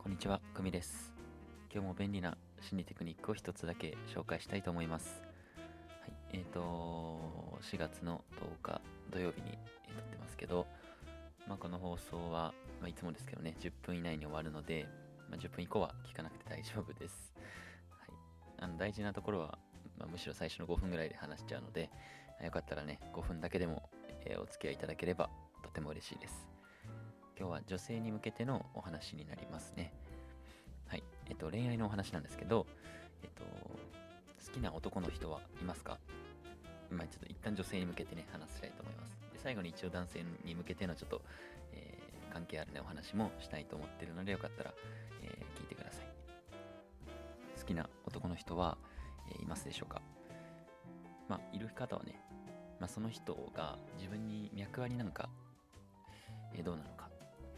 こんにちは、くみです。今日も便利な心理テクニックを一つだけ紹介したいと思います。はい、4月の10日土曜日に撮ってますけど、この放送は、いつもですけどね、10分以内に終わるので、10分以降は聞かなくて大丈夫です。はい、大事なところは、むしろ最初の5分ぐらいで話しちゃうので、よかったらね、5分だけでも、お付き合いいただければとても嬉しいです。今日は女性に向けてのお話になりますね。はい。恋愛のお話なんですけど、好きな男の人はいますか？ちょっと一旦女性に向けてね、話したいと思います。で、最後に一応男性に向けてのちょっと、関係あるね、お話もしたいと思ってるので、よかったら、聞いてください。好きな男の人は、いますでしょうか？いる方はね、その人が自分に脈ありなのか、どうなのか。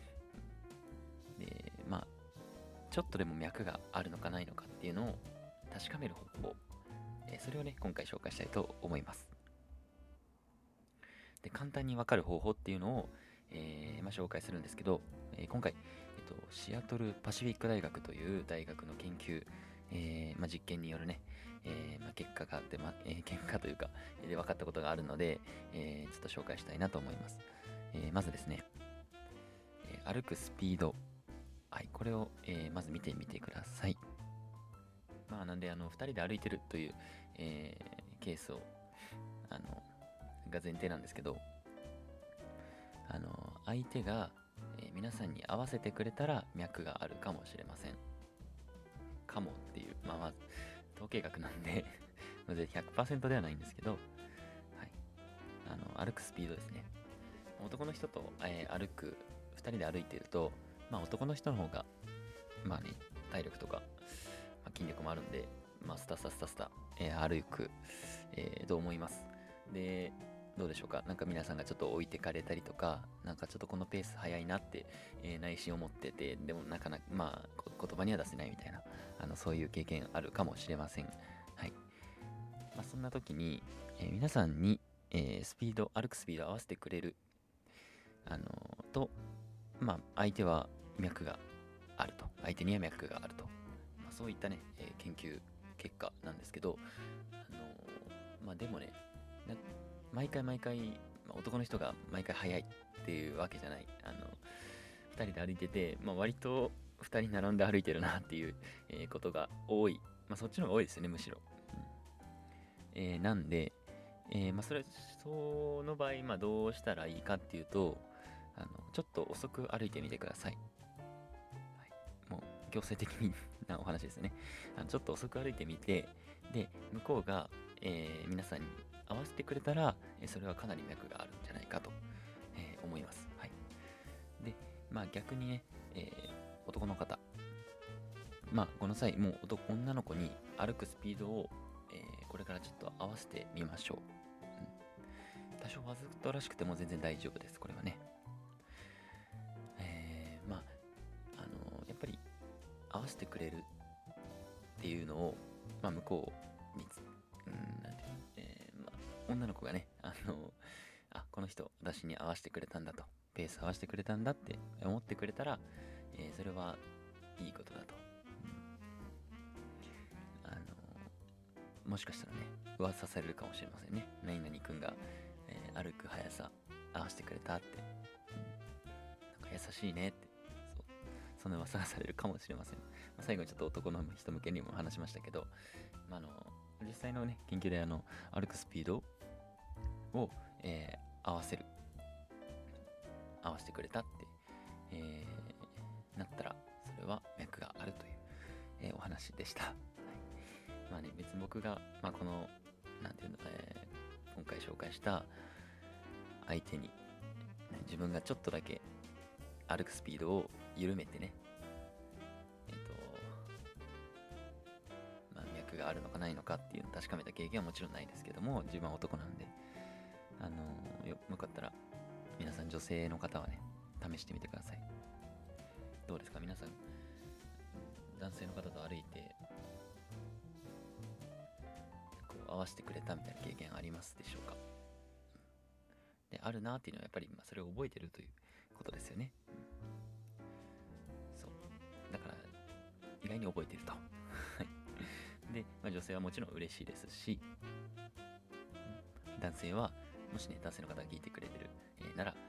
で、ちょっとでも脈があるのかないのかっていうのを確かめる方法、それをね、今回紹介したいと思います。で、簡単にわかる方法っていうのを、紹介するんですけど、今回、シアトルパシフィック大学という大学の研究、実験によるね、結果があって、結果というか、で分かったことがあるので、ちょっと紹介したいなと思います。まずですね、歩くスピード、はい、これを、まず見てみてください。なんで、2人で歩いてるという、ケースを、が前提なんですけど、相手が、皆さんに合わせてくれたら脈があるかもしれません。かもっていう、まず、統計学なんで100% ではないんですけど、はい。歩くスピードですね。男の人と、2人で歩いていると、男の人の方が、体力とか、筋力もあるんで、スタスタスタスタ、歩く、と思います。で、どうでしょうか？なんか皆さんがちょっと置いてかれたりとか、なんかちょっとこのペース早いなって、内心思ってて、でもなかなか、言葉には出せないみたいな、そういう経験あるかもしれません。はい。そんな時に、皆さんに、歩くスピードを合わせてくれる、と、相手は脈があると。相手には脈があると。そういったね、研究結果なんですけど、でもね、毎回毎回、男の人が毎回早いっていうわけじゃない。二人で歩いてて、割と二人並んで歩いてるなっていう、ことが多い。そっちの方が多いですよね、むしろ。なんで、その場合、どうしたらいいかっていうと、ちょっと遅く歩いてみてください。はい、もう強制的なお話ですね。ちょっと遅く歩いてみて、で、向こうが、皆さんに合わせてくれたら、それはかなり脈があるんじゃないかと、思います。はい。で、逆にね、男の方、この際、もう女の子に歩くスピードを、これからちょっと合わせてみましょう。多少わずとらしくても全然大丈夫です、これはね。やっぱり合わせてくれるっていうのを、向こうになんていうの、女の子がね、この人、私に合わせてくれたんだと、ペース合わせてくれたんだって思ってくれたら、それはいいことだと。もしかしたらね、噂されるかもしれませんね。何々くんが、歩く速さ合わせてくれたって、なんか優しいねって、そう、そんな噂がされるかもしれません。最後にちょっと男の人向けにも話しましたけど、実際のね、研究で歩くスピードを、合わせる、合わせてくれたって、なったら、それは脈があるという、お話でした。はい。別に僕が、この、なんていうの、今回紹介した相手に、自分がちょっとだけ歩くスピードを緩めてね、脈があるのかないのかっていうのを確かめた経験はもちろんないですけども、自分は男なんで、よかったら、皆さん女性の方はね、試してみてください。どうですか皆さん、男性の方と歩いて、こう合わせてくれたみたいな経験ありますでしょうか？で、あるなっていうのはやっぱり、それを覚えてるということですよね。そう。だから意外に覚えてると。はい。で、女性はもちろん嬉しいですし、男性は、もしね、男性の方が聞いてくれてる、なら、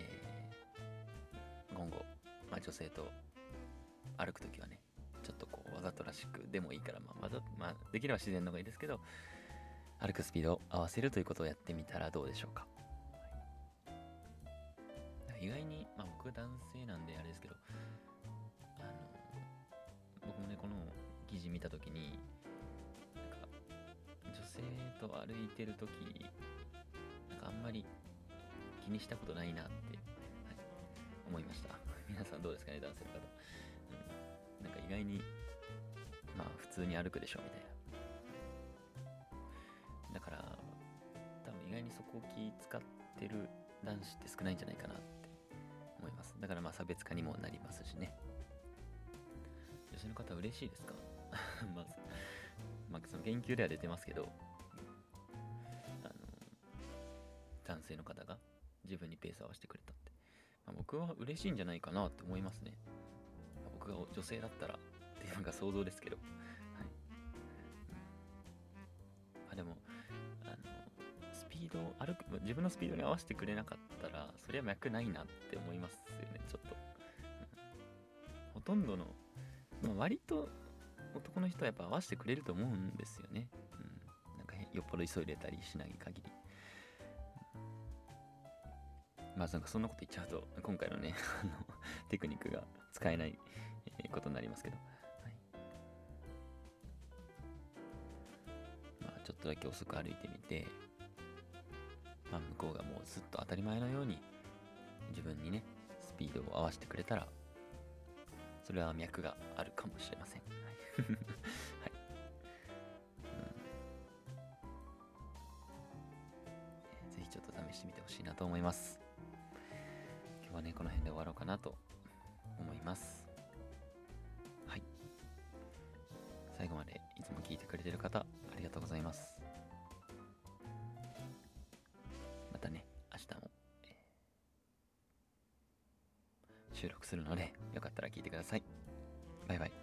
今後、女性と歩くときはね、ちょっとこうわざとらしくでもいいから、できれば自然の方がいいですけど、歩くスピードを合わせるということをやってみたらどうでしょうか。意外に、僕は男性なんであれですけど、僕もね、この記事見たときに、女性と歩いてるとき、あんまり気にしたことないなって、思いました。皆さんどうですかね、男性の方。意外に、普通に歩くでしょみたいな。だから、多分意外にそこを気使ってる男子って少ないんじゃないかなって思います。だから差別化にもなりますしね。女性の方嬉しいですか？その研究では出てますけど、男性の方が自分にペースを合わせてくれたって、僕は嬉しいんじゃないかなって思いますね。僕が女性だったらっていうのが想像ですけど、はい。でもスピードを自分のスピードに合わせてくれなかったらそりゃ脈ないなって思いますよね、ちょっと。ほとんどの、割と男の人はやっぱ合わせてくれると思うんですよね。よっぽど急いでたりしない限り。そんなこと言っちゃうと今回のねテクニックが使えないことになりますけど、ちょっとだけ遅く歩いてみて、向こうがもうずっと当たり前のように自分にねスピードを合わせてくれたら、それは脈があるかもしれません。はいはい。ぜひちょっと試してみてほしいなと思います。今日はねこの辺で終わろうかなと思います。はい。最後までいつも聞いてくれてる方ありがとうございます。またね明日も、収録するのでよかったら聞いてください。バイバイ。